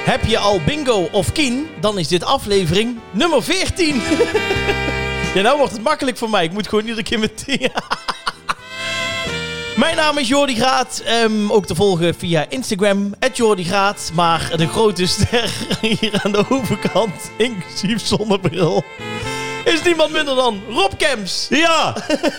Heb je al bingo of kien, dan is dit aflevering nummer 14. Ja, nou wordt het makkelijk voor mij. Ik moet gewoon iedere keer meteen... Mijn naam is Jordi Graat, ook te volgen via Instagram, @JordiGraat. Maar de grote ster hier aan de overkant, inclusief zonnebril, is niemand minder dan Rob Kemps. Ja!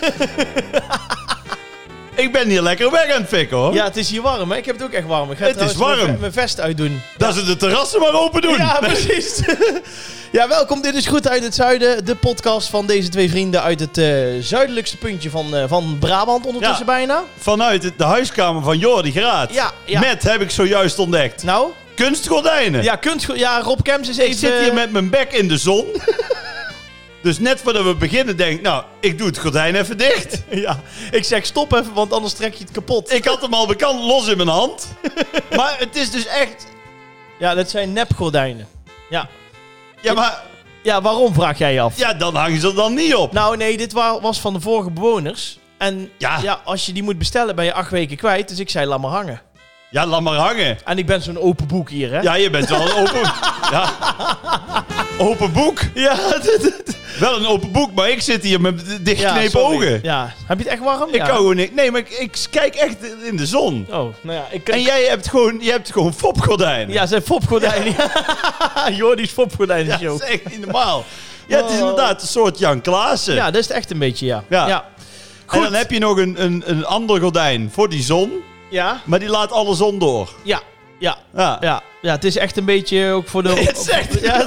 Ik ben hier lekker weg aan het fikken, hoor. Ja, het is hier warm, hè? Ik heb het ook echt warm. Ik ga Het is warm. mijn vest uitdoen. Dat ze de terrassen maar open doen. Ja, precies. Ja, welkom. Dit is Goed uit het Zuiden. De podcast van deze twee vrienden uit het zuidelijkste puntje van Brabant ondertussen bijna. Vanuit de huiskamer van Jordi Graat. Ja. Met, heb ik zojuist ontdekt, Nou? kunstgordijnen. Ja, Rob Kemps is even... Ik zit hier met mijn bek in de zon. Dus net voordat we beginnen denk ik, nou, ik doe het gordijn even dicht. Ja, ik zeg stop even, want anders trek je het kapot. Ik had hem al bekend los in mijn hand. Maar het is dus echt... Ja, dat zijn nepgordijnen. Ja. Ja, maar... Ja, waarom vraag jij je af? Ja, dan hangen ze er dan niet op. Nou nee, dit was van de vorige bewoners. En ja, als je die moet bestellen ben je 8 weken kwijt. Dus ik zei, laat maar hangen. Ja, laat maar hangen. En ik ben zo'n open boek hier, hè? Ja, je bent wel een open... Ja. Open boek. Ja, Wel een open boek, maar ik zit hier met dichtgeknepen ogen. Ja, heb je het echt warm? Ik kan gewoon niet... Nee, maar ik kijk echt in de zon. Oh, nou ja. En jij hebt gewoon fopgordijnen. Ja, zijn fopgordijnen. Ja. Jordi's fopgordijnen Ja, show. dat is echt niet normaal. Ja, het is inderdaad een soort Jan Klaassen. Ja, dat is het echt een beetje, ja. Ja. Goed. En dan heb je nog een ander gordijn voor die zon. Ja. Maar die laat alle zon door. Ja. Ja. Ja. Ja. Ja, het is echt een beetje ook voor de... Het is echt... Ja,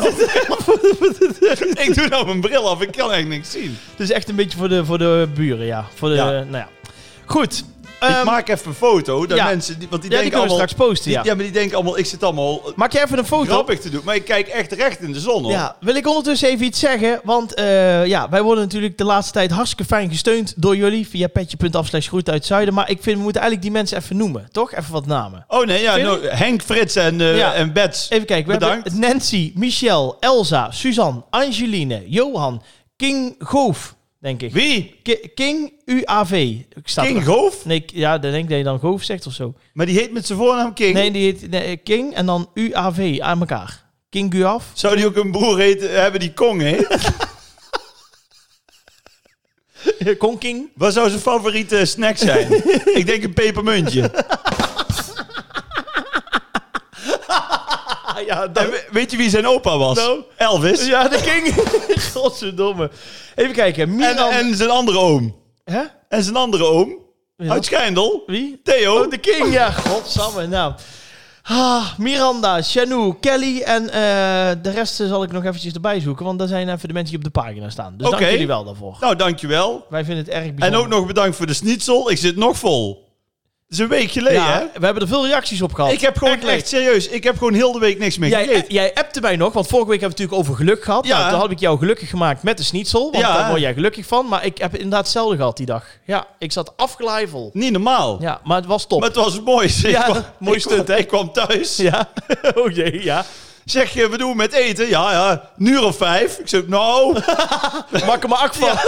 Ik doe nou mijn bril af, ik kan echt niks zien. het is echt een beetje voor de buren, ja. Ja. Nou ja. Goed. Ik maak even een foto, dat ja. mensen... Want die Ja, die denken kunnen we allemaal... straks posten, ja. Ja, maar die denken allemaal... Ik zit allemaal Maak jij even een foto? grappig te doen. Maar ik kijk echt recht in de zon, hoor. Ja, wil ik ondertussen even iets zeggen. Want wij worden natuurlijk de laatste tijd hartstikke fijn gesteund door jullie. Via petje.af/Goed uit Zuiden. Maar ik vind, we moeten eigenlijk die mensen even noemen. Toch? Even wat namen. Oh nee, ja, Vind je? Henk, Frits en Bets. Even kijken. We Bedankt. hebben Nancy, Michel, Elsa, Suzanne, Angeline, Johan, King Goof, denk ik. Wie? King UAV. King Goof? Nee, ja, dan denk ik dat je dan Goof zegt of zo. Maar die heet met zijn voornaam King. Nee, die heet King en dan UAV aan elkaar. King Guaf. Zou die ook een broer hebben die Kong heet? Kong King. Wat zou zijn favoriete snack zijn? Ik denk een pepermuntje. Ja, En weet je wie zijn opa was? Nou? Elvis. Ja, de King. Godverdomme. Even kijken. Miran... En zijn andere oom. Hè? En zijn andere oom. Ja. Uit Schijndel. Wie? Theo. Oh, de King, ja. Godsamme. Nou. Miranda, Shanou, Kelly en de rest zal ik nog eventjes erbij zoeken. Want dat zijn even de mensen die op de pagina staan. Dus Oké. dank jullie wel daarvoor. Nou, dankjewel. Wij vinden het erg En bijzonder. ook nog bedankt voor de schnitzel. Ik zit nog vol. Het is een week geleden, hè? we hebben er veel reacties op gehad. Ik heb gewoon leuk. echt serieus. Ik heb gewoon heel de week niks meer gegeten. Jij appte mij nog, want vorige week hebben we het natuurlijk over geluk gehad. Ja. Nou, toen had ik jou gelukkig gemaakt met de schnitzel. Want Ja. daar word jij gelukkig van. Maar ik heb inderdaad hetzelfde gehad die dag. Ja, ik zat afgeleiveld. Niet normaal. Ja, maar het was top. Maar het was mooi. Ja, mooi stunt, hè? Ik kwam thuis. Ja, oh jee, ja. Zeg je, we doen met eten? Ja, een uur of 5. Ik zeg, nou... Mak er maar ak van.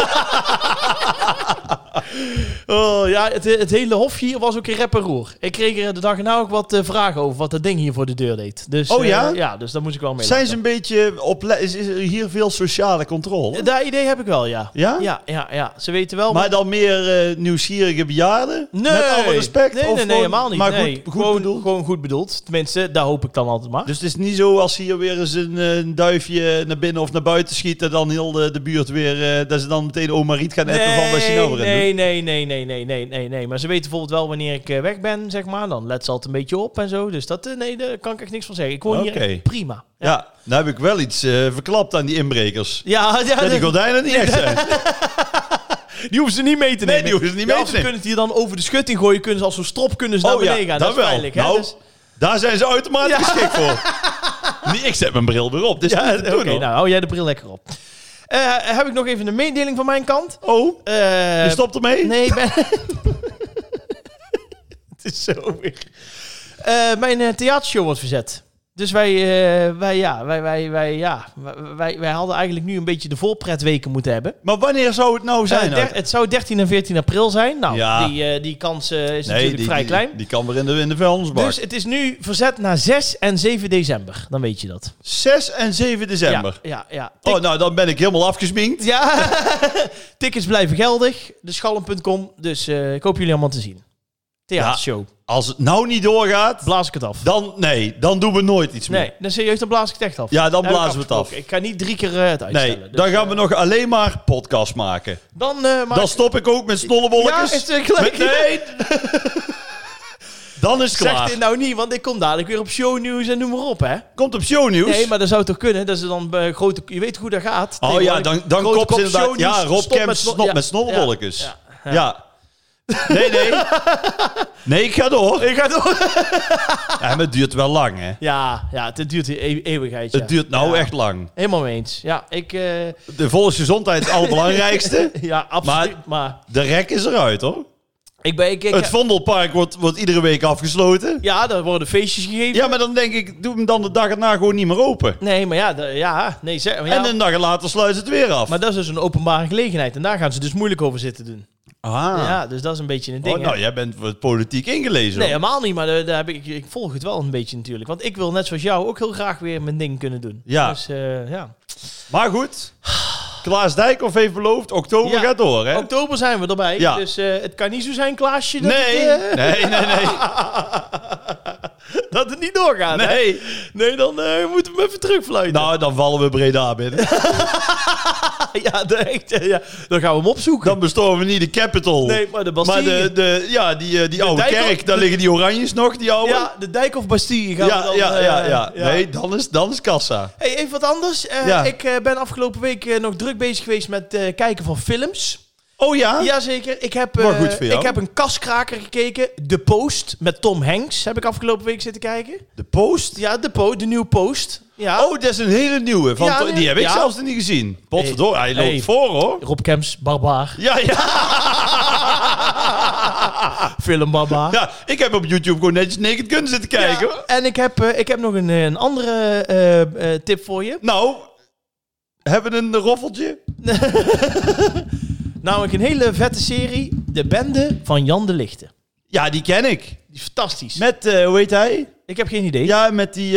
Oh, ja, het hele hofje hier was ook een rep en roer. Ik kreeg er de dag erna ook wat vragen over wat dat ding hier voor de deur deed. Dus, Oh ja? Ja, dus daar moest ik wel mee Zijn ze een beetje is er hier veel sociale controle? Dat idee heb ik wel, ja. Ja? Ja. Ze weten wel... Maar dan meer nieuwsgierige bejaarden? Nee. Met alle respect? Nee, Of nee, gewoon- helemaal niet. Maar Nee, goed bedoeld? Gewoon goed bedoeld. Tenminste, daar hoop ik dan altijd maar. Dus het is niet zo als hier weer eens een duifje naar binnen of naar buiten schiet... en dan heel de buurt weer... dat ze dan meteen oma Riet gaan appen van wat je nou weer aan doet. Nee. Maar ze weten bijvoorbeeld wel wanneer ik weg ben, zeg maar. Dan let ze altijd een beetje op en zo. Dus dat, daar kan ik echt niks van zeggen. Ik woon hier Oké. echt prima. Ja, nou heb ik wel iets verklapt aan die inbrekers. Ja, Dat die gordijnen niet echt zijn. die hoeven ze niet mee te nemen. Nee, die hoeven ze niet mee te Ze nemen. kunnen het hier dan over de schutting gooien. Kunnen ze als zo'n strop naar beneden gaan. Dat is wel. veilig, hè? Nou, Dus- daar zijn ze automatisch geschikt voor. Nee, ik zet mijn bril weer op. Dus ja, niet te doen, oké, hoor. nou hou jij de bril lekker op. Heb ik nog even een mededeling van mijn kant? Oh, je stopt ermee? Nee, ik ben... Het is zo weer... mijn theatershow wordt verzet. Dus wij hadden eigenlijk nu een beetje de voorpretweken moeten hebben. Maar wanneer zou het nou zijn? Het zou 13 en 14 april zijn. Nou, die kans is natuurlijk vrij klein. Die kan weer in de vuilnisbak. Dus het is nu verzet naar 6 en 7 december. Dan weet je dat. 6 en 7 december? Ja. Oh, nou, dan ben ik helemaal afgesminkt. Ja, tickets blijven geldig. De Schallen.com. Dus ik hoop jullie allemaal te zien. Theatershow. Ja, als het nou niet doorgaat... Blaas ik het af. Dan doen we nooit iets meer. Nee, dan serieus, dan blaas ik het echt af. Ja, dan blazen we het af. Ik ga niet 3 keer het uitstellen. Nee, dan gaan we nog alleen maar podcast maken. Dan stop ik ook met snollebolletjes. Ja, is het gelijk? Nee. Dan is het klaar. Zeg dit nou niet, want ik kom dadelijk weer op shownieuws en noem maar op, hè. Komt op shownieuws? Nee, maar dat zou toch kunnen? Dat is dan grote... Je weet hoe dat gaat. Oh ja, dan komt ze inderdaad... Ja, Rob Kemp met snollebolletjes. Ja. Nee, ik ga door. Ja, maar het duurt wel lang, hè? Ja, het duurt eeuwigheid. Het duurt echt lang. Helemaal mee eens. Ja, de volksgezondheid is het allerbelangrijkste. Ja, absoluut. Maar de rek is eruit, hoor. Het Vondelpark wordt iedere week afgesloten. Ja, daar worden feestjes gegeven. Ja, maar dan denk ik, doe hem dan de dag erna gewoon niet meer open. Nee, maar En een dag later sluit het weer af. Maar dat is dus een openbare gelegenheid. En daar gaan ze dus moeilijk over zitten doen. Ja, dus dat is een beetje een ding. Nou, jij bent wat politiek ingelezen. Nee, helemaal niet. Maar ik volg het wel een beetje natuurlijk. Want ik wil net zoals jou ook heel graag weer mijn ding kunnen doen. Ja. Dus, Maar goed... Klaas Dijkhoff heeft beloofd, oktober gaat door, hè? Oktober zijn we erbij. Ja. Dus het kan niet zo zijn, Klaasje... Dat nee. dat het niet doorgaat, nee. Hè? Nee, dan moeten we hem even terugfluiten. Nou, dan vallen we Breda binnen. Dan gaan we hem opzoeken. Dan bestormen we niet de Capitol. Nee, maar de Bastille. Maar die oude kerk, daar liggen die oranjes nog, die oude. Ja, de Dijkhoff Bastille gaan we dan... Ja. Nee, dan is kassa. Hey, even wat anders. Ik ben afgelopen week nog druk bezig geweest met kijken van films. Oh ja? Jazeker. Ik heb een kaskraker gekeken. The Post met Tom Hanks heb ik afgelopen week zitten kijken. The Post? Ja, de nieuwe Post. Ja. Oh, dat is een hele nieuwe. Die heb ik zelfs nog niet gezien. Potverdorie, hij loopt voor, hoor. Rob Kemps, barbaar. Ja. Film barbaar. Ja, ik heb op YouTube gewoon netjes Naked Gun zitten kijken. Ja. En ik heb nog een andere tip voor je. Nou, hebben we een roffeltje? Namelijk een hele vette serie. De Bende van Jan de Lichte. Ja, die ken ik. Die is fantastisch. Met, hoe heet hij? Ik heb geen idee. Ja, met die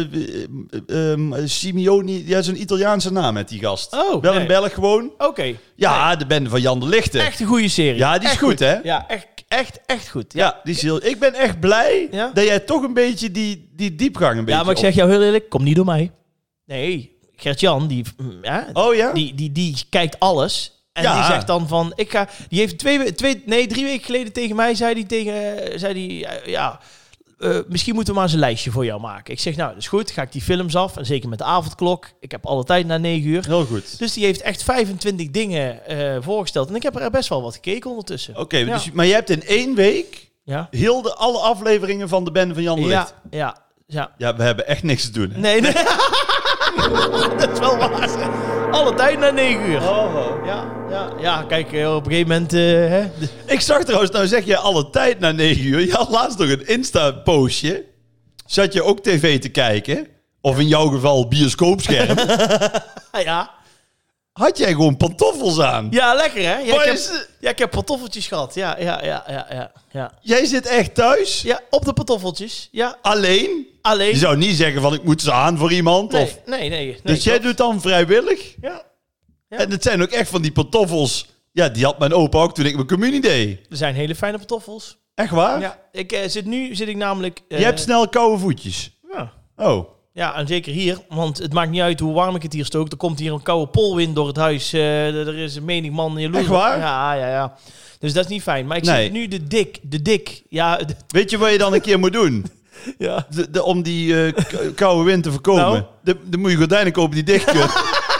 Simeoni. Ja, zo'n Italiaanse naam met die gast. Oh, wel een Belg gewoon. Oké. Ja, de Bende van Jan de Lichte. Echt een goede serie. Ja, die is goed, hè? Ja, echt goed. Ja, die is heel... Ik ben echt blij dat jij toch een beetje die diepgang een beetje... Ja, maar ik zeg jou heel eerlijk, kom niet door mij. Nee, Gert-Jan, die kijkt alles... En die zegt dan van, die heeft 3 weken geleden tegen mij, zei hij, misschien moeten we maar eens een lijstje voor jou maken. Ik zeg, nou, dat is goed. Ga ik die films af. En zeker met de avondklok. Ik heb alle tijd na 9 uur. Heel goed. Dus die heeft echt 25 dingen voorgesteld. En ik heb er best wel wat gekeken ondertussen. Oké, dus, maar je hebt in 1 week alle afleveringen van de Bende van Jan de Licht. Ja, we hebben echt niks te doen. Hè? Nee. Dat is wel waar. Alle tijd na 9 uur. Ja, kijk, op een gegeven moment... Ik zag trouwens, nou zeg je alle tijd na 9 uur. Je had laatst nog een Insta-postje. Zat je ook tv te kijken? Of in jouw geval bioscoopscherm? Ja. Had jij gewoon pantoffels aan? Ja, lekker hè? Ik heb pantoffeltjes gehad. Ja. Jij zit echt thuis? Ja, op de pantoffeltjes. Ja. Alleen? Je zou niet zeggen van ik moet ze aan voor iemand? Nee. Dus jij doet dan vrijwillig? Ja. En het zijn ook echt van die pantoffels. Ja, die had mijn opa ook toen ik mijn communie deed. Er zijn hele fijne pantoffels. Echt waar? Ja. Nu zit ik namelijk... Je hebt snel koude voetjes? Ja. Oh. Ja, en zeker hier. Want het maakt niet uit hoe warm ik het hier stook. Er komt hier een koude polwind door het huis. Er is een menig man jaloers. Echt waar? Ja. Dus dat is niet fijn. Maar ik zit nu de dik. Ja. Weet je wat je dan een keer moet doen? Ja. Om die koude wind te voorkomen. Nou? Dan moet je gordijnen kopen die dicht kunnen.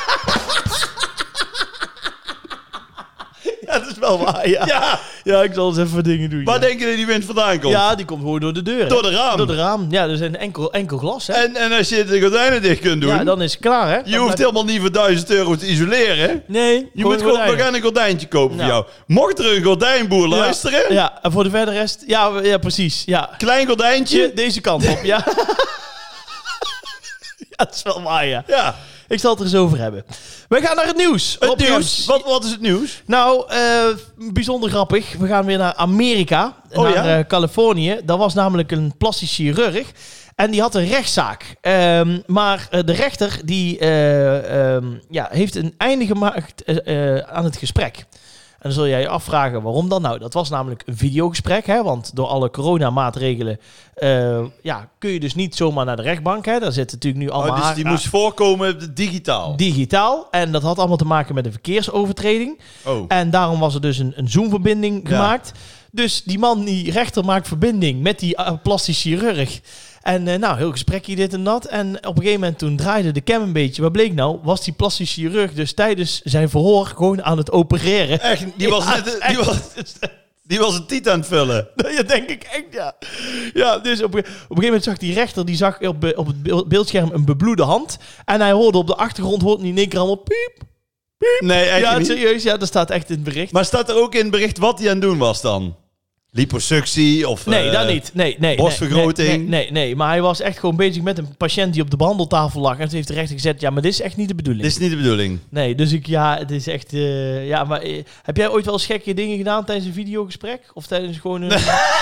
Ja, dat is wel waar, ja. Ik zal eens even dingen doen. Waar denk je dat die wind vandaan komt? Ja, die komt gewoon door de deur. Door de raam? Door de raam. Ja, er is een enkel glas, hè. En als je de gordijnen dicht kunt doen... Ja, dan is het klaar, hè. Je hoeft helemaal niet voor €1000 te isoleren, hè. Nee. Je moet gewoon... We gaan een gordijntje kopen voor jou. Mocht er een gordijnboer luisteren... Ja, en voor de verder rest... Ja, precies, ja. Klein gordijntje. Deze kant op, ja. Dat is wel waar, ja. Ja. Ik zal het er eens over hebben. We gaan naar het nieuws. Het nieuws. Wat is het nieuws? Nou, bijzonder grappig. We gaan weer naar Amerika. Naar Californië. Daar was namelijk een plastisch chirurg. En die had een rechtszaak. Maar de rechter die heeft een einde gemaakt aan het gesprek. En dan zul jij je afvragen waarom dan? Nou, dat was namelijk een videogesprek. Hè? Want door alle coronamaatregelen kun je dus niet zomaar naar de rechtbank. Hè? Daar zit natuurlijk nu allemaal... Dus die moest voorkomen digitaal? Digitaal. En dat had allemaal te maken met een verkeersovertreding. Oh. En daarom was er dus een Zoom-verbinding gemaakt. Dus die rechter maakt verbinding met die plastisch chirurg. En heel gesprekje dit en dat. En op een gegeven moment toen draaide de cam een beetje. Wat bleek nou? Was die plastisch chirurg dus tijdens zijn verhoor gewoon aan het opereren. Echt? Die was een tiet aan het vullen. Ja, denk ik echt, ja. Ja, dus op een gegeven moment zag die rechter, die zag op het beeldscherm een bebloede hand. En hij hoorde op de achtergrond, hoorde hij in één keer allemaal piep. Piep. Nee, echt niet? Serieus, ja, dat staat echt in het bericht. Maar staat er ook in het bericht wat hij aan het doen was dan? Liposuctie of... Nee, dat niet. Nee. Borstvergroting? Nee. Maar hij was echt gewoon bezig met een patiënt die op de behandeltafel lag. En toen heeft de rechter gezegd, ja, maar dit is echt niet de bedoeling. Dit is niet de bedoeling. Nee, dus het is echt... maar heb jij ooit wel eens gekke dingen gedaan tijdens een videogesprek? Of tijdens gewoon een...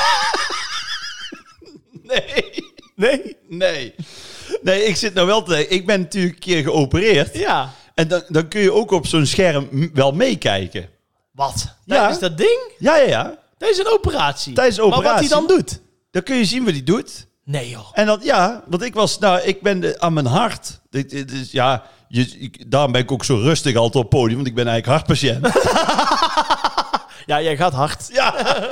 Nee, ik zit nou wel te denken. Ik ben natuurlijk een keer geopereerd. Ja. En dan kun je ook op zo'n scherm wel meekijken. Wat? Ja. Dat is dat ding? Ja. Tijdens een operatie? Tijdens een operatie. Maar wat hij dan doet? Dan kun je zien wat hij doet. Nee, joh. En dat, want ik ben aan mijn hart. Dus daarom ben ik ook zo rustig altijd op het podium, want ik ben eigenlijk hartpatiënt. Ja, jij gaat hard. Ja.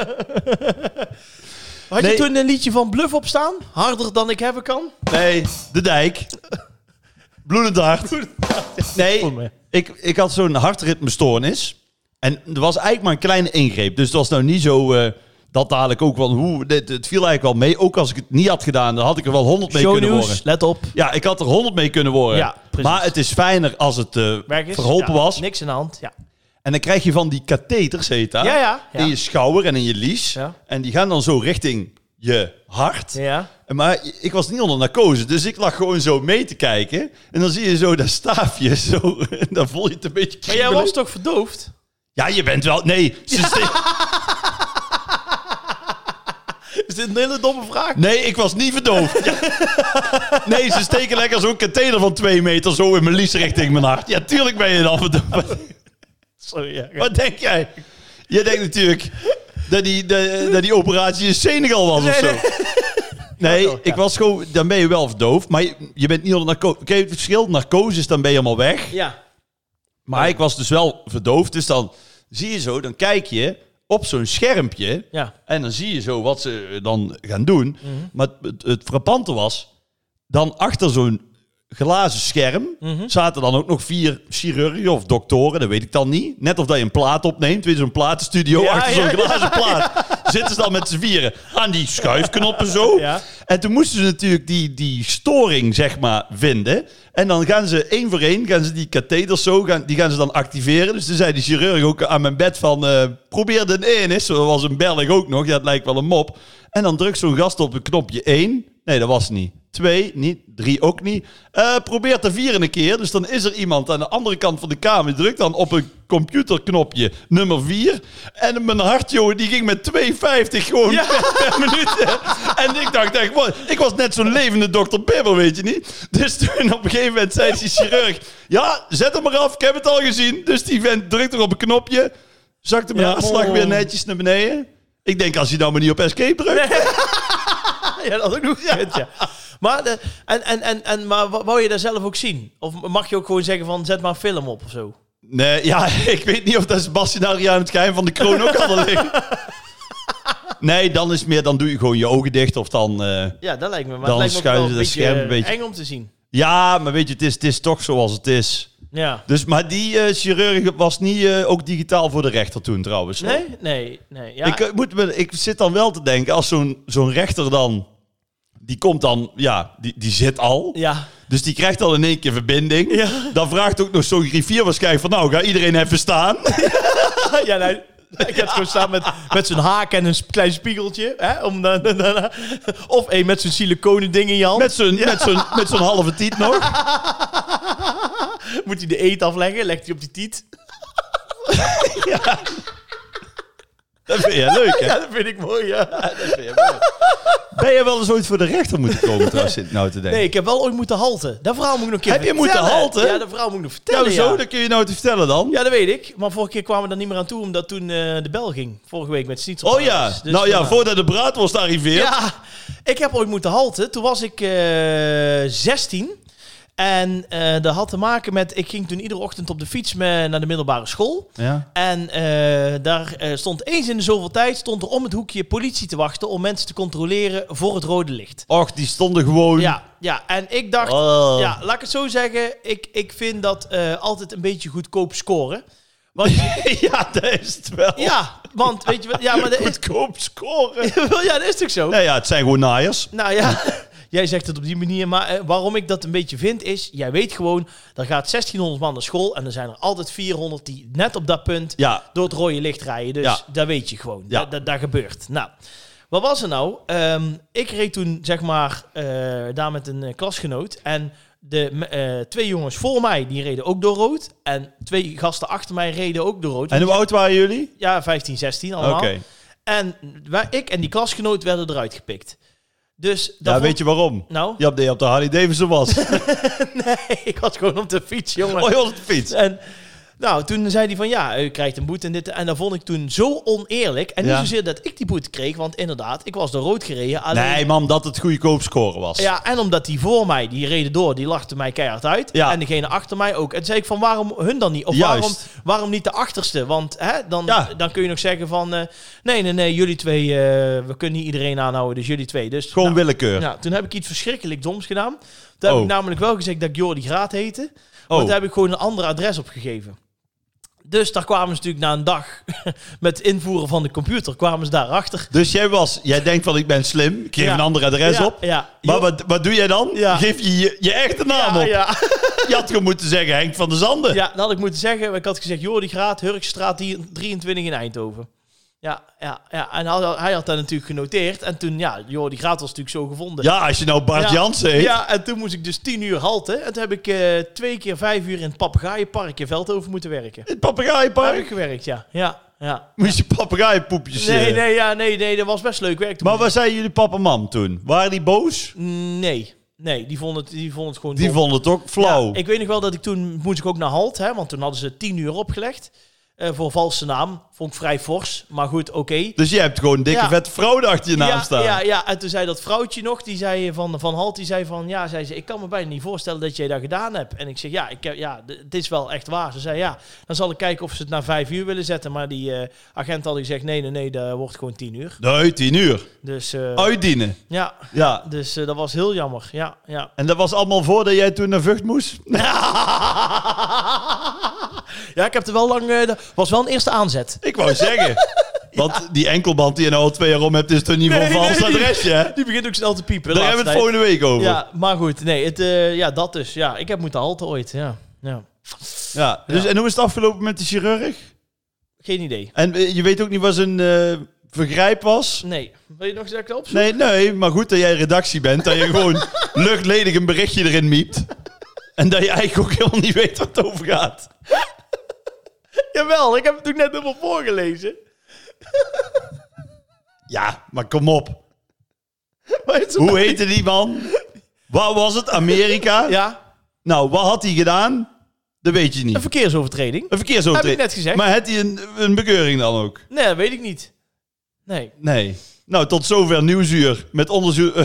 Had je toen een liedje van Bluff op staan? Harder dan ik hebben kan? Nee, De Dijk. Bloedend hart. Nee, ik had zo'n hartritmestoornis. En er was eigenlijk maar een kleine ingreep. Dus het was nou niet zo... dat dadelijk ook wel... Het viel eigenlijk wel mee. Ook als ik het niet had gedaan, dan had ik er wel 100 mee kunnen worden. Let op. Ja, ik had er 100 mee kunnen worden. Ja, precies. Maar het is fijner als het verholpen was. Niks aan de hand, ja. En dan krijg je van die katheters, heet dat. Ja. In je schouder en in je lies. Ja. En die gaan dan zo richting je hart. Ja. Maar ik was niet onder narcose, dus ik lag gewoon zo mee te kijken. En dan zie je zo dat staafje, zo, en dan voel je het een beetje kriebelen. Maar jij was toch verdoofd? Ja, je bent wel... Nee. Is dit een hele domme vraag? Nee, ik was niet verdoofd. Ja. Nee, ze steken lekker zo'n katheder van 2 meter zo in mijn lies richting mijn hart. Ja, tuurlijk ben je dan verdoofd. Sorry, ja. Wat denk jij? Jij denkt natuurlijk dat die operatie in Senegal was of zo. Nee, ik was gewoon... Dan ben je wel verdoofd, maar je bent niet onder narcose. Oké, het verschil, narcose is dan ben je helemaal weg. Ja. Maar ik was dus wel verdoofd, dus dan zie je zo, dan kijk je op zo'n schermpje en dan zie je zo wat ze dan gaan doen. Mm-hmm. Maar het frappante was, dan achter zo'n glazen scherm zaten dan ook nog 4 chirurgen of doktoren, dat weet ik dan niet. Net of dat je een plaat opneemt, weet je, zo'n platenstudio achter zo'n glazen plaat. Zitten ze dan met z'n vieren aan die schuifknoppen zo. Ja. En toen moesten ze natuurlijk die storing, zeg maar, vinden. En dan gaan ze 1 voor 1, gaan ze die katheters zo, die gaan ze dan activeren. Dus toen zei die chirurg ook aan mijn bed van, probeer de 1 eens. Zo was een Belg ook nog, dat lijkt wel een mop. En dan drukt zo'n gast op het knopje 1. Nee, dat was het niet. 2 niet, 3 ook niet. Probeer te 4 een keer. Dus dan is er iemand aan de andere kant van de kamer. Drukt dan op een computerknopje nummer 4. En mijn hart, joh, die ging met 2,50 gewoon per minuut. En ik dacht echt, ik was net zo'n levende dokter Bibber, weet je niet? Dus toen op een gegeven moment zei die chirurg, ja, zet hem maar af, ik heb het al gezien. Dus die vent drukt er op een knopje. Zakte mijn hartslag weer netjes naar beneden. Ik denk, als hij nou maar niet op escape drukt. Ja, dat ook nog. Ja. Maar, maar wou je daar zelf ook zien? Of mag je ook gewoon zeggen van, zet maar een film op of zo? Nee, ja, ik weet niet of dat Sebastian Adriaan het geheim van de kroon ook al liggen. Nee, dan is het meer, dan doe je gewoon je ogen dicht of dan... ja, dat lijkt me. Maar dan het lijkt me ook wel een beetje eng om te zien. Ja, maar weet je, het is toch zoals het is. Ja. Dus, maar die chirurg was niet ook digitaal voor de rechter toen trouwens. Nee. Ja. Ik zit dan wel te denken, als zo'n rechter dan... Die komt dan, die zit al. Ja. Dus die krijgt al in 1 keer verbinding. Ja. Dan vraagt ook nog zo'n griffier waarschijnlijk van... Nou, ga iedereen even staan. Ja, nee. Ik had gewoon staan met zo'n haak en een klein spiegeltje. Hè, of met zo'n siliconen ding in je hand. Met zo'n halve tiet nog. Moet hij de eet afleggen, legt hij op die tiet. Ja. Dat vind je leuk, hè? Ja, dat vind ik mooi, ja. Dat vind je mooi. Ben je wel eens ooit voor de rechter moeten komen, trouwens, zit nou te denken? Nee, ik heb wel ooit moeten halten. Dat verhaal moet ik nog een keer vertellen. Heb je moeten halten? Ja, dat verhaal moet ik nog vertellen, zo, dat kun je nou te vertellen dan? Ja, dat weet ik. Maar vorige keer kwamen we daar niet meer aan toe, omdat toen de bel ging. Vorige week met Schnitzel. Oh ja, dus voordat de braadworst arriveert. Ja, ik heb ooit moeten halten. Toen was ik 16. En dat had te maken met... Ik ging toen iedere ochtend op de fiets naar de middelbare school. Ja. En daar stond eens in de zoveel tijd... stond er om het hoekje politie te wachten... om mensen te controleren voor het rode licht. Och, die stonden gewoon... Ja, en ik dacht... Ja, laat ik het zo zeggen. Ik vind dat altijd een beetje goedkoop scoren. Want, ja, dat is het wel. Ja, want weet je wat... Ja, maar dat goedkoop scoren. Ja, dat is toch zo? Nou ja, het zijn gewoon naaiers. Nou ja... Jij zegt het op die manier, maar waarom ik dat een beetje vind is... Jij weet gewoon, er gaat 1600 man naar school... en er zijn er altijd 400 die net op dat punt door het rode licht rijden. Dus dat weet je gewoon. Ja. Dat gebeurt. Nou, wat was er nou? Ik reed toen, zeg maar, daar met een klasgenoot... en de 2 jongens voor mij, die reden ook door rood... en 2 gasten achter mij reden ook door rood. En hoe oud waren jullie? Ja, 15, 16 allemaal. Okay. En ik en die klasgenoot werden eruit gepikt. Dus weet je waarom? Nou? Je op de Harley Davidson was. Nee, ik was gewoon op de fiets, jongen. Oh, je was op de fiets? En nou, toen zei hij van ja, u krijgt een boete en dit. En dat vond ik toen zo oneerlijk. En niet zozeer dat ik die boete kreeg, want inderdaad, ik was door rood gereden. Alleen... Nee, man, dat het goedkoop scoren was. Ja, en omdat die voor mij, die reden door, die lachte mij keihard uit. Ja. En degene achter mij ook. En toen zei ik van waarom hun dan niet? Of waarom niet de achterste? Want dan kun je nog zeggen van nee, jullie 2, we kunnen niet iedereen aanhouden, dus jullie 2. Dus, gewoon willekeur. Ja, toen heb ik iets verschrikkelijk doms gedaan. Toen heb ik namelijk wel gezegd dat ik Jordi Graat heette. Maar toen heb ik gewoon een ander adres opgegeven. Dus daar kwamen ze natuurlijk na een dag met het invoeren van de computer, kwamen ze daarachter. Dus jij denkt van ik ben slim, ik geef een ander adres op. Ja. Maar wat doe jij dan? Ja. Geef je echte naam op. Ja. Je had gewoon moeten zeggen Henk van der Zanden. Ja, dat had ik moeten zeggen. Ik had gezegd Jordi Graat, Hurkstraat 23 in Eindhoven. Ja. En hij had dat natuurlijk genoteerd. En toen, Jordi Graat was natuurlijk zo gevonden. Ja, als je nou Bart Jansen heet. Ja, en toen moest ik dus 10 uur halten. En toen heb ik 2 keer 5 uur in het Papegaaienpark in Veldhoven moeten werken. In het Papegaaienpark? Heb ik gewerkt, ja. Moest je papegaaienpoepjes... Nee, dat was best leuk werk. Maar waar zijn jullie papa en mam toen? Waren die boos? Nee, die vonden het gewoon... Die vonden het ook flauw. Ja, ik weet nog wel dat moest ik ook naar halt, hè, want toen hadden ze 10 uur opgelegd. Voor valse naam. Vond ik vrij fors. Maar goed, oké. Dus je hebt gewoon een dikke vette vrouw achter je naam staan. Ja. En toen zei dat vrouwtje nog, die zei van Halt, die zei van, zei ze, ik kan me bijna niet voorstellen dat jij dat gedaan hebt. En ik zeg, het is wel echt waar. Ze zei, dan zal ik kijken of ze het naar 5 uur willen zetten. Maar die agent had gezegd, nee, dat wordt gewoon 10 uur. Nee, 10 uur. Dus, uitdienen. Ja. Dus dat was heel jammer. Ja. En dat was allemaal voordat jij toen naar Vught moest? Ja, ik heb er wel lang... was wel een eerste aanzet. Ik wou zeggen. Want die enkelband die je nou al 2 jaar om hebt, is toch niet van vals adresje, hè? Die begint ook snel te piepen. Daar hebben we het volgende week over. Ja, maar goed. Nee, dat dus. Ja, ik heb moeten halten ooit. Ja. Dus, en hoe is het afgelopen met de chirurg? Geen idee. En je weet ook niet wat zijn vergrijp was? Nee. Wil je nog eens opzoeken? Nee, maar goed dat jij redactie bent. Dat je gewoon luchtledig een berichtje erin miept. En dat je eigenlijk ook helemaal niet weet wat het over gaat. Jawel, ik heb het natuurlijk net helemaal voorgelezen. Ja, maar kom op. Hoe heette die man? Wat was het? Amerika? Ja. Nou, wat had hij gedaan? Dat weet je niet. Een verkeersovertreding. Een verkeersovertreding. Heb ik net gezegd. Maar had hij een bekeuring dan ook? Nee, dat weet ik niet. Nee. Nou, tot zover Nieuwsuur. Met onderzoek...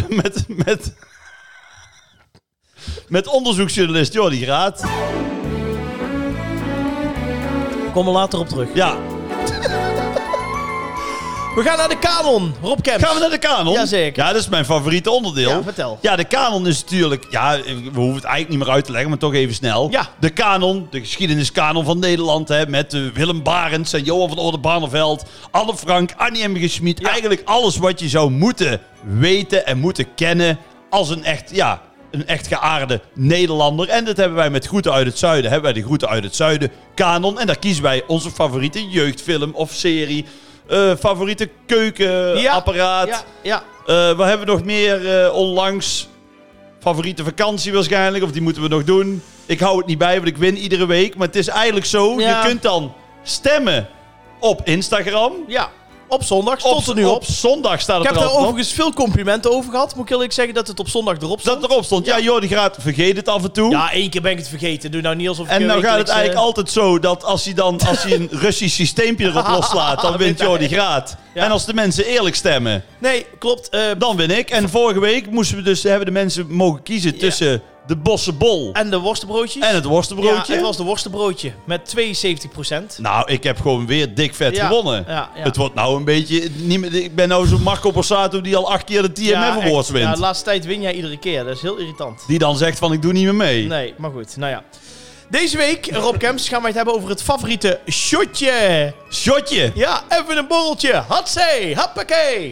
met onderzoeksjournalist Jordi Graat. Kom er later op terug. Ja. We gaan naar de kanon, Rob Kemps. Gaan we naar de kanon? Jazeker. Ja, dat is mijn favoriete onderdeel. Ja, vertel. Ja, de kanon is natuurlijk... Ja, we hoeven het eigenlijk niet meer uit te leggen, maar toch even snel. Ja. De kanon, de geschiedeniskanon van Nederland, hè, met Willem Barents en Johan van Oldenbarneveld, Anne Frank, Annie M. G. Schmid. Ja. Eigenlijk alles wat je zou moeten weten en moeten kennen als een echt, een echt geaarde Nederlander. En dat hebben wij met Groeten uit het Zuiden. Hebben wij de Groeten uit het Zuiden kanon. En daar kiezen wij onze favoriete jeugdfilm of serie. Favoriete keukenapparaat. Ja. Wat hebben we nog meer onlangs? Favoriete vakantie waarschijnlijk. Of die moeten we nog doen. Ik hou het niet bij, want ik win iedere week. Maar het is eigenlijk zo. Ja. Je kunt dan stemmen op Instagram. Ja. Op zondag stond er nu op. Op zondag staat het erop. Ik heb daar overigens veel complimenten over gehad. Moet ik eerlijk zeggen dat het op zondag erop stond. Dat erop stond. Ja, Jordi Graat vergeet het af en toe. Ja, 1 keer ben ik het vergeten. Doe nou niet alsof ik... En nou gaat het eigenlijk altijd zo dat als hij een Russisch systeempje erop loslaat, dan wint Jordi Graat. Ja. En als de mensen eerlijk stemmen... Nee, klopt. Dan win ik. En vorige week hebben de mensen mogen kiezen tussen de bossenbol... En de worstenbroodjes. En het worstenbroodje. Ja, het was de worstenbroodje met 72%. Nou, ik heb gewoon weer dik vet gewonnen. Ja. Het wordt nou een beetje... Ik ben nou zo'n Marco Borsato die al 8 keer de TMF Awards wint. Ja, de laatste tijd win jij iedere keer. Dat is heel irritant. Die dan zegt van, ik doe niet meer mee. Nee, maar goed. Nou ja. Deze week, Rob Kemps, gaan wij het hebben over het favoriete shotje. Shotje? Ja, even een borreltje. Hatsé, hoppakee.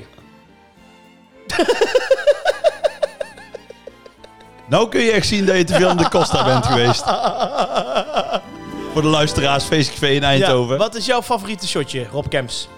Nou kun je echt zien dat je te veel in de Costa bent geweest. Voor de luisteraars, Feestcafé in Eindhoven. Ja, wat is jouw favoriete shotje, Rob Kemps?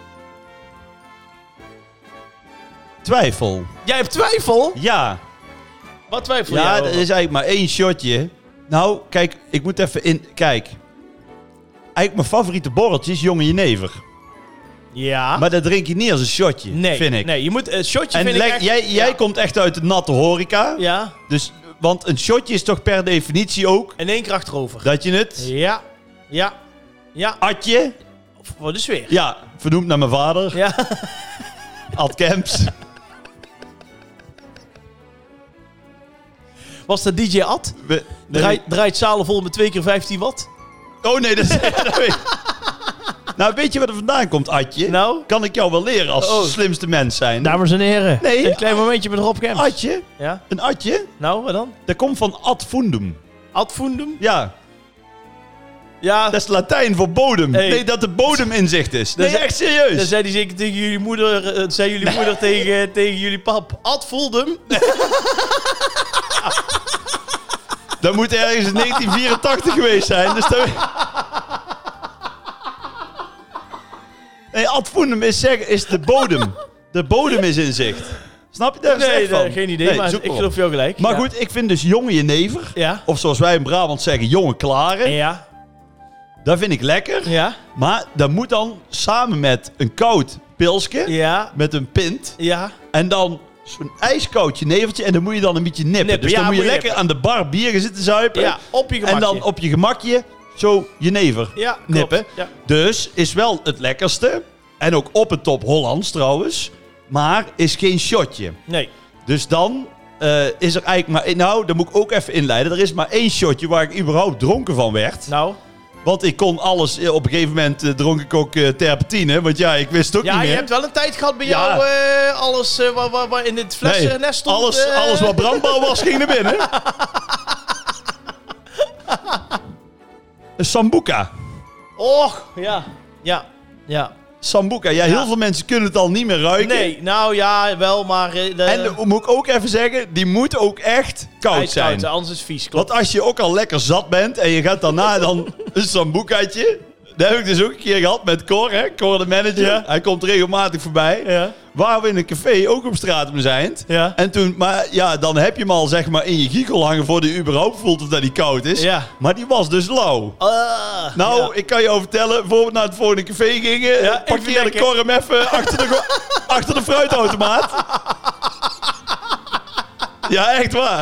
Twijfel. Jij hebt twijfel? Ja. Wat twijfel jij? Ja, er is eigenlijk maar 1 shotje. Nou, kijk, ik moet even in... Kijk. Eigenlijk mijn favoriete borreltje is Jonge Jenever. Ja. Maar dat drink je niet als een shotje, vind ik. Nee, je moet een shotje en vind ik echt... Jij komt echt uit de natte horeca. Ja. Dus, want een shotje is toch per definitie ook... In 1 keer achterover. Dat je het... Ja. Atje. Voor de sfeer. Ja, vernoemd naar mijn vader. Ja. Ad Kemps. Was dat DJ Ad? Draait zalen vol met 2 keer 15 watt? Oh nee, dat weet ik. Nou, weet je waar er vandaan komt, Adje? Nou? Kan ik jou wel leren als slimste mens zijn. Dames en heren. Nee. Een klein momentje met Rob Kemps. Adje? Ja? Een Adje? Nou, wat dan? Dat komt van ad fundum. Ad fundum? Ja. Ja. Dat is Latijn voor bodem. Hey. Nee, dat de bodem in zicht is. Nee, echt serieus. Dat zei hij zeker tegen jullie moeder, moeder tegen jullie pap. Ad fundum? Dat moet ergens in 1984 geweest zijn. Dus dat... Nee, ad fundum is de bodem. De bodem is in zicht. Snap je daar? Nee, geen idee, maar ik geloof jou gelijk. Maar goed, ik vind dus Jonge Jenever, of zoals wij in Brabant zeggen, Jonge Klaren. Ja. Dat vind ik lekker. Ja. Maar dat moet dan samen met een koud pilsje, met een pint. Ja. En dan zo'n ijskoud jenevertje en dan moet je dan een beetje nippen. Dus dan moet je lekker aan de bar bier gaan zitten zuipen. Ja, op je gemakje. En dan op je gemakje zo jenever nippen. Ja. Dus is wel het lekkerste. En ook op het top Hollands trouwens. Maar is geen shotje. Nee. Dus dan is er eigenlijk maar... Nou, dat moet ik ook even inleiden. Er is maar 1 shotje waar ik überhaupt dronken van werd. Nou? Want ik kon alles... Op een gegeven moment dronk ik ook terpentine. Want ja, ik wist het ook niet meer. Ja, je hebt wel een tijd gehad bij jou... alles wat in het flessennest stond... Alles wat brandbaar was, ging naar binnen. Een sambuca. Och, ja. Sambuca. Ja, heel veel mensen kunnen het al niet meer ruiken. Nee, nou ja, wel, maar... En moet ik ook even zeggen, die moet ook echt koud zijn. Anders is het vies, klopt. Want als je ook al lekker zat bent en je gaat daarna dan een sambucaatje... Dat heb ik dus ook een keer gehad met Cor, hè? Cor de manager. Ja. Hij komt regelmatig voorbij. Ja. Waar we in een café ook op straat zijn. Ja. En toen, maar ja, dan heb je hem al zeg maar in je giegel hangen voordat je überhaupt voelt of dat die koud is. Ja. Maar die was dus lauw. Nou, ik kan je al vertellen, voor we naar het volgende café gingen, parkeerde Cor hem even achter de fruitautomaat. Ja, echt waar.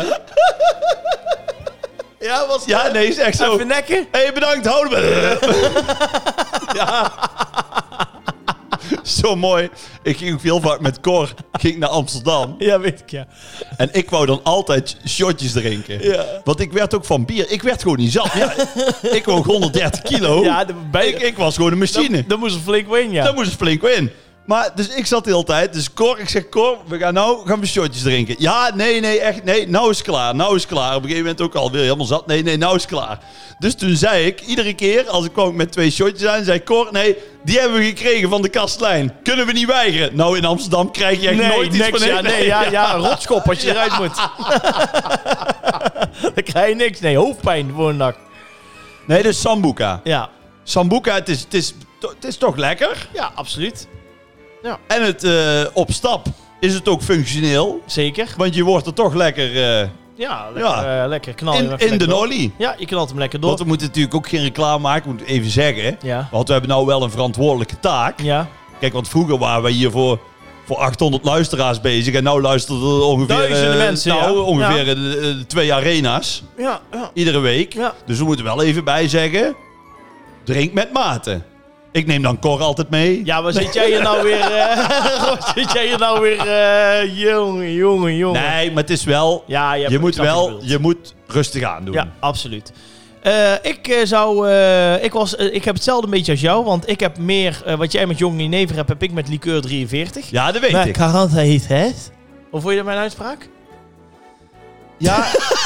Ja, was ja, nee, is echt zo. Even nekken. Hé, bedankt, houden we. Ja. Zo mooi. Ik ging ook heel vaak met Cor naar Amsterdam. Ja, weet ik, ja. En ik wou dan altijd shotjes drinken. Ja. Want ik werd ook van bier. Ik werd gewoon niet zat. Ja, ik woog 130 kilo. Ja, ik was gewoon een machine. Dat moest er flink in, ja. Dat moest er flink in. Maar, dus ik zat de hele tijd. Dus ik zeg, Cor, gaan we shotjes drinken. Ja, nee, echt, nee, nou is klaar. Op een gegeven moment ook alweer helemaal zat. Nee, nou is klaar. Dus toen zei ik, iedere keer als ik kwam met 2 shotjes aan, zei Cor, nee, die hebben we gekregen van de kastelein. Kunnen we niet weigeren? Nou, in Amsterdam krijg je echt nooit iets van een rotskop als je eruit moet. Dan krijg je niks. Nee, hoofdpijn de volgende dag. Nee, dus Sambuca. Ja. Sambuca, het is toch lekker. Ja, absoluut. Ja. En het op stap is het ook functioneel. Zeker. Want je wordt er toch lekker... lekker knallen. In de nolly. Ja, je knalt hem lekker door. Want we moeten natuurlijk ook geen reclame maken, moet ik even zeggen. Ja. Want we hebben nou wel een verantwoordelijke taak. Ja. Kijk, want vroeger waren we hier voor 800 luisteraars bezig. En nou luisteren er ongeveer... Duizenden mensen, ongeveer 2 arena's. Ja. Iedere week. Ja. Dus we moeten wel even bij zeggen... Drink met mate. Ik neem dan Cor altijd mee. Ja, waar zit jij hier nou weer... Jongen. Nee, maar het is wel... Ja, je moet rustig aandoen. Ja, absoluut. Ik heb hetzelfde een beetje als jou, want ik heb meer... wat jij met Jong Nienever hebt, heb ik met Liqueur 43. Ja, dat weet ik. Caranta heet het. Hoe vond je dat mijn uitspraak? Ja...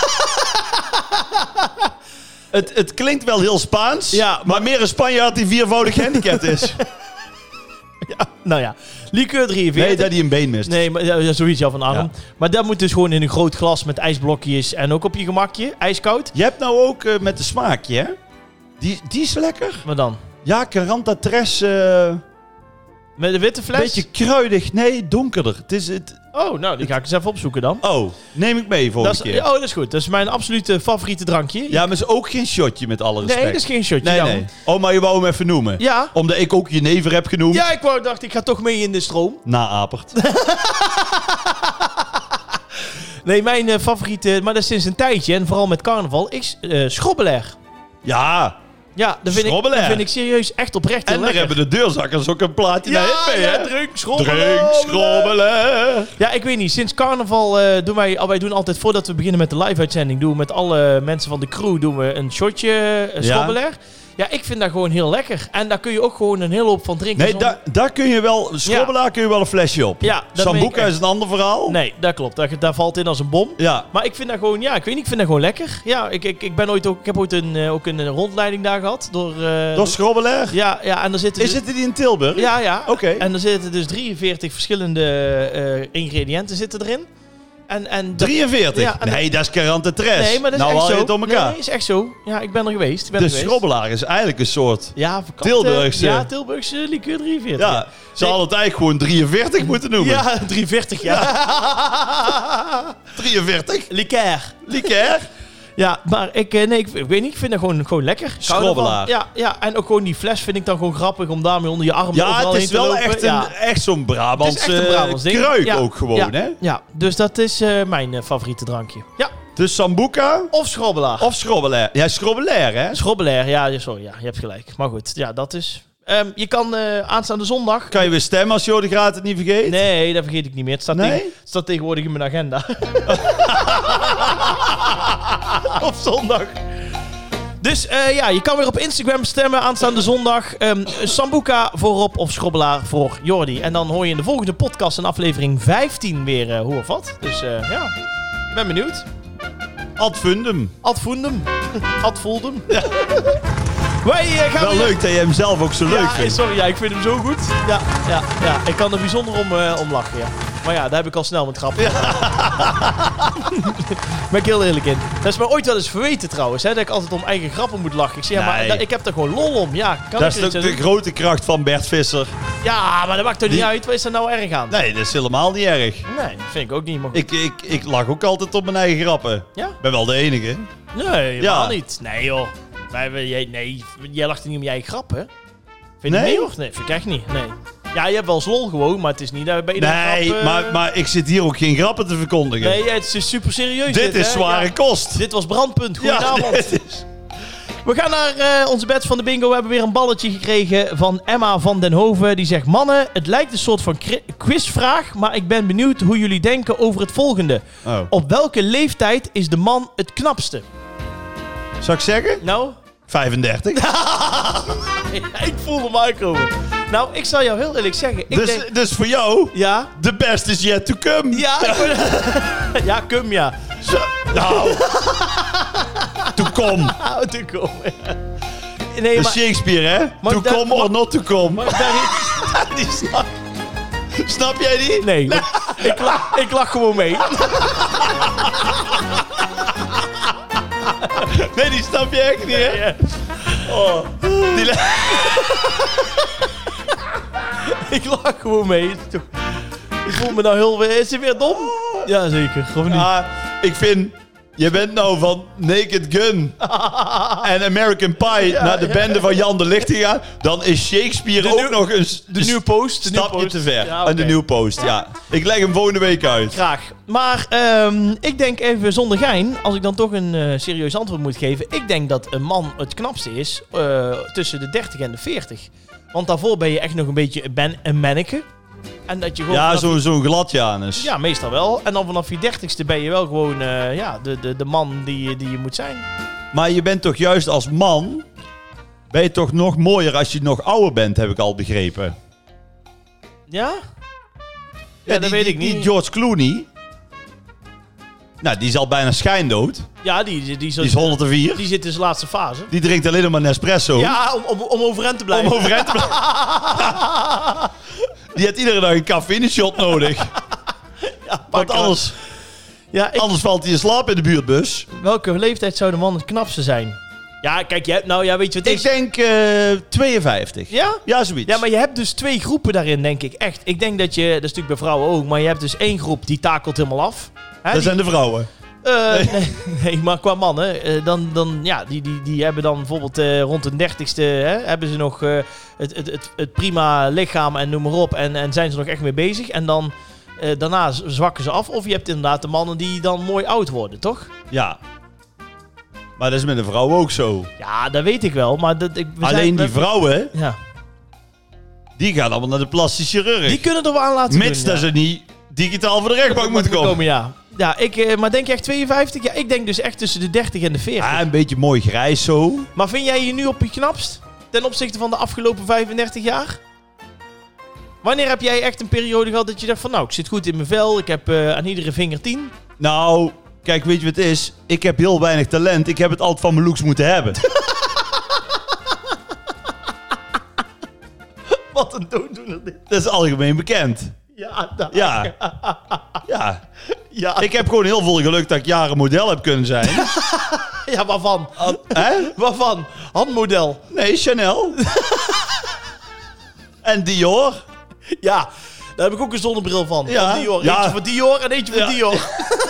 Het klinkt wel heel Spaans, ja, maar meer een Spanjaard die 4voudig gehandicapt is. Ja, nou ja. Liqueur 43. Nee, dat hij een been mist. Nee, maar zoiets van een arm. Ja. Maar dat moet dus gewoon in een groot glas met ijsblokjes en ook op je gemakje, ijskoud. Je hebt nou ook met de smaakje, hè? Die is lekker. Wat dan? Ja, Caranta Tres... Met de witte fles? Beetje kruidig. Nee, donkerder. Oh, nou, die ga ik eens even opzoeken dan. Oh, neem ik mee volgende keer. Oh, dat is goed. Dat is mijn absolute favoriete drankje. Ja, maar het is ook geen shotje met alle respect. Nee, dat is geen shotje. Nee. Oh, maar je wou hem even noemen? Ja. Omdat ik ook Jenever heb genoemd? Ja, dacht, ik ga toch mee in de stroom. Naapert. Nee, mijn favoriete, maar dat is sinds een tijdje, en vooral met carnaval, is Schrobbelair. Ja. Ja, dat vind ik serieus echt oprecht heel en lekker. daar hebben de deurzakkers ook een plaatje mee, hè? Drink Schrobbelair. Ja, ik weet niet. Sinds carnaval doen wij doen altijd, voordat we beginnen met de live-uitzending, doen we met alle mensen van de crew een shotje Schrobbelair. Ja, ik vind dat gewoon heel lekker. En daar kun je ook gewoon een hele hoop van drinken. Nee, daar kun je wel... Schrobbelaar kun je wel een flesje op. Ja, Sambuca is een ander verhaal. Nee, dat klopt. Daar valt in als een bom. Ja. Maar ik vind dat gewoon... Ja, ik weet niet. Ik vind dat gewoon lekker. Ja, ik heb ooit een rondleiding daar gehad. Door Schrobbelair? Ja, en er zitten... Zitten die in Tilburg? Ja. Oké. En er zitten dus 43 verschillende ingrediënten zitten erin. En 43? Ja, nee, dat is Caranta Tres. Nee, maar dat is nou echt haal je zo. het om elkaar. Nee, is echt zo. Ja, ik ben er geweest. De Schrobbelaar is eigenlijk een soort Tilburgse... Ja, Tilburgse liqueur 43. Ja, ze hadden het eigenlijk gewoon 43 moeten noemen. Ja, 43, ja. 43? Liqueur. Ja, maar ik weet niet, ik vind dat gewoon lekker. Schrobbelaar. Ja, en ook gewoon die fles vind ik dan gewoon grappig om daarmee onder je arm overal heen te lopen. Ja, het is wel echt zo'n Brabantse kruik ook gewoon, hè? Ja, dus dat is mijn favoriete drankje. Ja. Dus Sambuca? Of Schrobbelaar. Ja, Schrobbelair, hè? Schrobbelair, ja, sorry, ja, je hebt gelijk. Maar goed, ja, dat is... je kan aanstaande zondag... Kan je weer stemmen als Jordi Graat het niet vergeet? Nee, dat vergeet ik niet meer. Het staat tegenwoordig in mijn agenda. Op zondag. Dus je kan weer op Instagram stemmen aanstaande zondag. Sambuca voorop of Schrobbelaar voor Jordi. En dan hoor je in de volgende podcast in aflevering 15 weer hoe of wat. Dus ja, ik ben benieuwd. Ad fundum. Ja. Wij gaan wel leuk dat je hem zelf ook zo leuk vindt. Sorry, ik vind hem zo goed. Ja. Ik kan er bijzonder om lachen, ja. Maar ja, daar heb ik al snel met grappen. Ja. Ben ik heel eerlijk in. Dat is me ooit wel eens verweten trouwens, hè, dat ik altijd om eigen grappen moet lachen. Ik zeg, maar ik heb er gewoon lol om. Ja, dat is de grote kracht van Bert Visser. Ja, maar dat maakt toch niet uit. Wat is er nou erg aan? Nee, dat is helemaal niet erg. Nee, dat vind ik ook niet. Maar ik lach ook altijd op mijn eigen grappen. Ja? Ik ben wel de enige. Nee, helemaal niet. Nee joh. Jij lacht niet om je eigen grappen. Vind je niet mee, hoor? Nee, vind ik echt niet. Nee. Ja, je hebt wel eens lol gewoon, maar het is niet dat bij iedere grap... maar ik zit hier ook geen grappen te verkondigen. Nee, het is super serieus. Dit is zware kost. Dit was Brandpunt. Goedenavond. We gaan naar onze bets van de bingo. We hebben weer een balletje gekregen van Emma van den Hoven. Die zegt, mannen, het lijkt een soort van quizvraag, maar ik ben benieuwd hoe jullie denken over het volgende. Oh. Op welke leeftijd is de man het knapste? Zal ik zeggen? Nou? 35. Ik voelde hem aankomen. Nou, ik zal jou heel eerlijk zeggen. Dus voor jou, ja? the best is yet to come. Ja, ja, come, ja. Nou. To come. To come. Nee, maar Shakespeare, hè? To come or not to come. Die snap jij die? Nee, ik lach gewoon mee. Nee, die snap je echt niet, hè? Ja. Oh. Ik lach gewoon mee. Ik voel me nou heel... Is hij weer dom? Ja, zeker. Gewoon niet. Ja, ik vind... Je bent nou van Naked Gun en American Pie naar de bende van Jan de Licht gegaan. Dan is Shakespeare ook nog eens de New Post. stapje te ver. Ja, okay. En de New Post, ja. Ik leg hem volgende week uit. Graag. Maar ik denk even zonder gein, als ik dan toch een serieus antwoord moet geven. Ik denk dat een man het knapste is tussen de 30 en de 40. Want daarvoor ben je echt nog een beetje een manneke. En dat je gewoon Ja, zo'n gladjanus. Ja, meestal wel. En dan vanaf je 30ste ben je wel gewoon de man die je moet zijn. Maar je bent toch juist als man... Ben je toch nog mooier als je nog ouder bent, heb ik al begrepen. Ja? Ja, dat weet ik niet. Die George Clooney... Nou, die is al bijna schijndood. Ja, die is 104. Die zit in zijn laatste fase. Die drinkt alleen nog maar Nespresso. Ja, om overeind te blijven. Om overeind te blijven. Die heeft iedere dag een cafeïne-shot nodig. Ja, want anders valt hij in slaap in de buurtbus. Welke leeftijd zou de man het knapste zijn? Ja, kijk, weet je wat het is? Ik denk 52. Ja? Ja, zoiets. Ja, maar je hebt dus 2 groepen daarin, denk ik. Echt. Ik denk dat je, dat is natuurlijk bij vrouwen ook, maar je hebt dus 1 groep die takelt helemaal af. Hè, dat zijn de vrouwen. Nee, maar qua mannen, die hebben dan bijvoorbeeld rond de 30ste hebben ze nog het prima lichaam en noem maar op. En zijn ze nog echt mee bezig. En dan daarna zwakken ze af. Of je hebt inderdaad de mannen die dan mooi oud worden, toch? Ja. Maar dat is met de vrouwen ook zo. Ja, dat weet ik wel. Maar die vrouwen, ja, die gaan allemaal naar de plastische chirurg. die kunnen er wel aan laten Mits dat ze niet digitaal voor de rechtbank moeten komen. Ja. Ja, maar denk je echt 52? Ja, ik denk dus echt tussen de 30 en de 40. Ja, een beetje mooi grijs zo. Maar vind jij je nu op je knapst? Ten opzichte van de afgelopen 35 jaar? Wanneer heb jij echt een periode gehad dat je dacht van... Nou, ik zit goed in mijn vel. Ik heb aan iedere vinger 10. Nou, kijk, weet je wat het is? Ik heb heel weinig talent. Ik heb het altijd van mijn looks moeten hebben. Wat een dooddoener dit. Dat is algemeen bekend. Ja. Ja. Ik heb gewoon heel veel geluk dat ik jaren model heb kunnen zijn. Ja, waarvan? Hè? Waarvan? Handmodel. Nee, Chanel. En Dior. Ja, daar heb ik ook een zonnebril van. Ja. Van Dior. Ja. Eentje voor Dior en eentje voor Dior.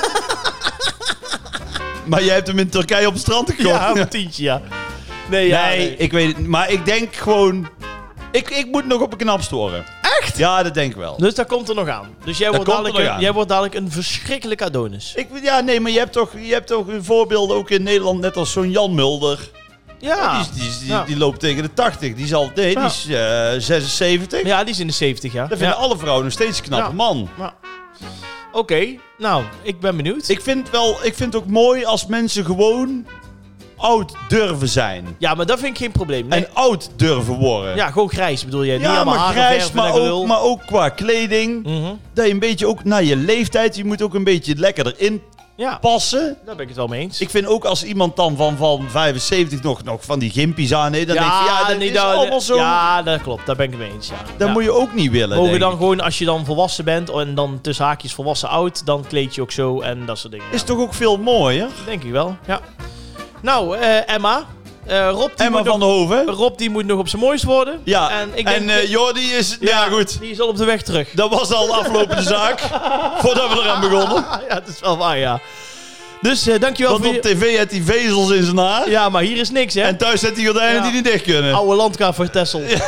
Maar jij hebt hem in Turkije op het strand gekocht. Ja, een tientje, ja. Nee, ik weet het niet. Maar ik denk gewoon... Ik moet nog op een knapst worden. Echt? Ja, dat denk ik wel. Dus dat komt er nog aan. Dus jij wordt dadelijk een verschrikkelijke Adonis. Maar je hebt toch een voorbeeld ook in Nederland, net als zo'n Jan Mulder. Ja. Die loopt tegen de 80. Die is 76. Ja, die is in de 70, ja. Dat vinden alle vrouwen nog steeds een knappe man. Ja. Oké, nou, ik ben benieuwd. Ik vind het ook mooi als mensen gewoon oud durven zijn. Ja, maar dat vind ik geen probleem. Nee. En oud durven worden. Ja, gewoon grijs bedoel je. Ja, maar grijs, maar ook qua kleding. Mm-hmm. Dat je een beetje ook naar je leeftijd, je moet ook een beetje lekker erin passen. Daar ben ik het wel mee eens. Ik vind ook als iemand dan van 75 nog van die gimpies aan heeft, dan denk ik, dat is allemaal zo. Ja, dat klopt. Daar ben ik het mee eens. Ja. Dat moet je ook niet willen. Mogen dan gewoon, als je dan volwassen bent en dan tussen haakjes volwassen oud, dan kleed je ook zo en dat soort dingen. Is toch ook veel mooier? Denk ik wel, ja. Nou, Emma. Rob van der Hoven. Rob die moet nog op zijn mooist worden. Ja, en Jordi is... Ja, goed. Die is al op de weg terug. Dat was al de aflopende zaak. Voordat we eraan begonnen. Ja, dat is wel waar, ja. Dus dankjewel voor... Want op tv heeft hij vezels in zijn haar. Ja, maar hier is niks, hè. En thuis zet hij gordijnen die niet dicht kunnen. Oude landkaart voor Texel. Ja.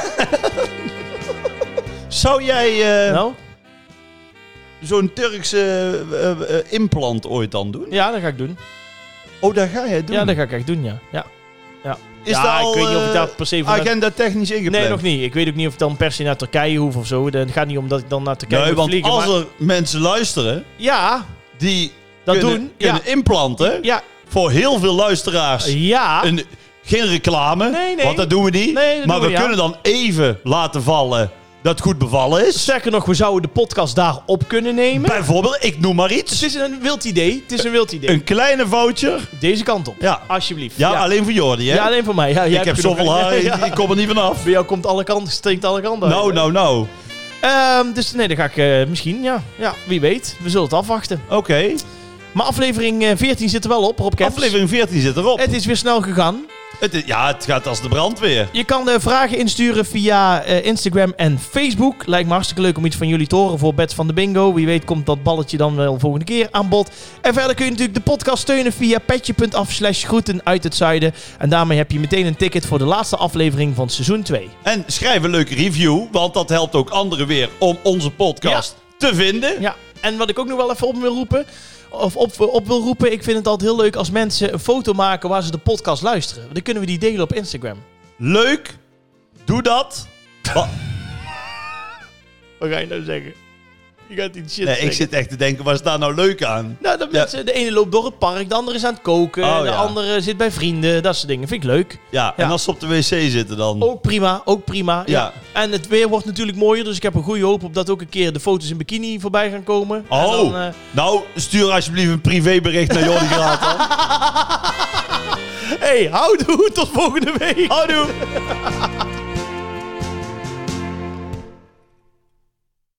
Zou jij... zo'n Turkse implant ooit dan doen? Ja, dat ga ik doen. Oh, dat ga jij doen? Ja, dat ga ik echt doen, ja. Is dat al, ik weet niet of ik daar per se van agenda technisch ingepland? Nee, nog niet. Ik weet ook niet of ik dan per se naar Turkije hoef of zo. Het gaat niet om dat ik dan naar Turkije moet vliegen. Want als er mensen luisteren... Ja. Die dat kunnen implanten... Ja. Voor heel veel luisteraars... Ja. Geen reclame. Nee. Want dat doen we niet. Nee, maar we kunnen dan even laten vallen... dat het goed bevallen is. Sterker nog, we zouden de podcast daarop kunnen nemen. Bijvoorbeeld, ik noem maar iets. Het is een wild idee. Een kleine voucher. Deze kant op. Ja. Alsjeblieft. Ja, alleen voor Jordi, hè? Ja, alleen voor mij. Ja, ik heb zoveel haar, ik kom er niet vanaf. Bij jou komt alle kanten, stinkt alle kanten uit. Nou. Dus nee, dan ga ik misschien, ja, wie weet. We zullen het afwachten. Oké. Maar aflevering 14 zit er wel op, Rob Caps. Aflevering 14 zit erop. Het is weer snel gegaan. Het gaat als de brandweer. Je kan vragen insturen via Instagram en Facebook. Lijkt me hartstikke leuk om iets van jullie te horen voor Bets van de Bingo. Wie weet komt dat balletje dan wel volgende keer aan bod. En verder kun je natuurlijk de podcast steunen via petje.af/groeten uit het zuiden. En daarmee heb je meteen een ticket voor de laatste aflevering van seizoen 2. En schrijf een leuke review, want dat helpt ook anderen weer om onze podcast te vinden. Ja, en wat ik ook nog wel even op wil roepen... ik vind het altijd heel leuk als mensen een foto maken waar ze de podcast luisteren. Dan kunnen we die delen op Instagram. Leuk, doe dat. Wat ga je nou zeggen? Je gaat iets shit zeggen. Ik zit echt te denken, waar is daar nou leuk aan? Nou, dat mensen, de ene loopt door het park, de andere is aan het koken, de andere zit bij vrienden, dat soort dingen. Vind ik leuk. Ja, en als ze op de wc zitten dan? Ook prima. Ja. En het weer wordt natuurlijk mooier, dus ik heb een goede hoop op dat ook een keer de foto's in bikini voorbij gaan komen. Oh, nou, stuur alsjeblieft een privébericht naar Jordi Graat dan. Hey, houdoe, tot volgende week. Houdoe.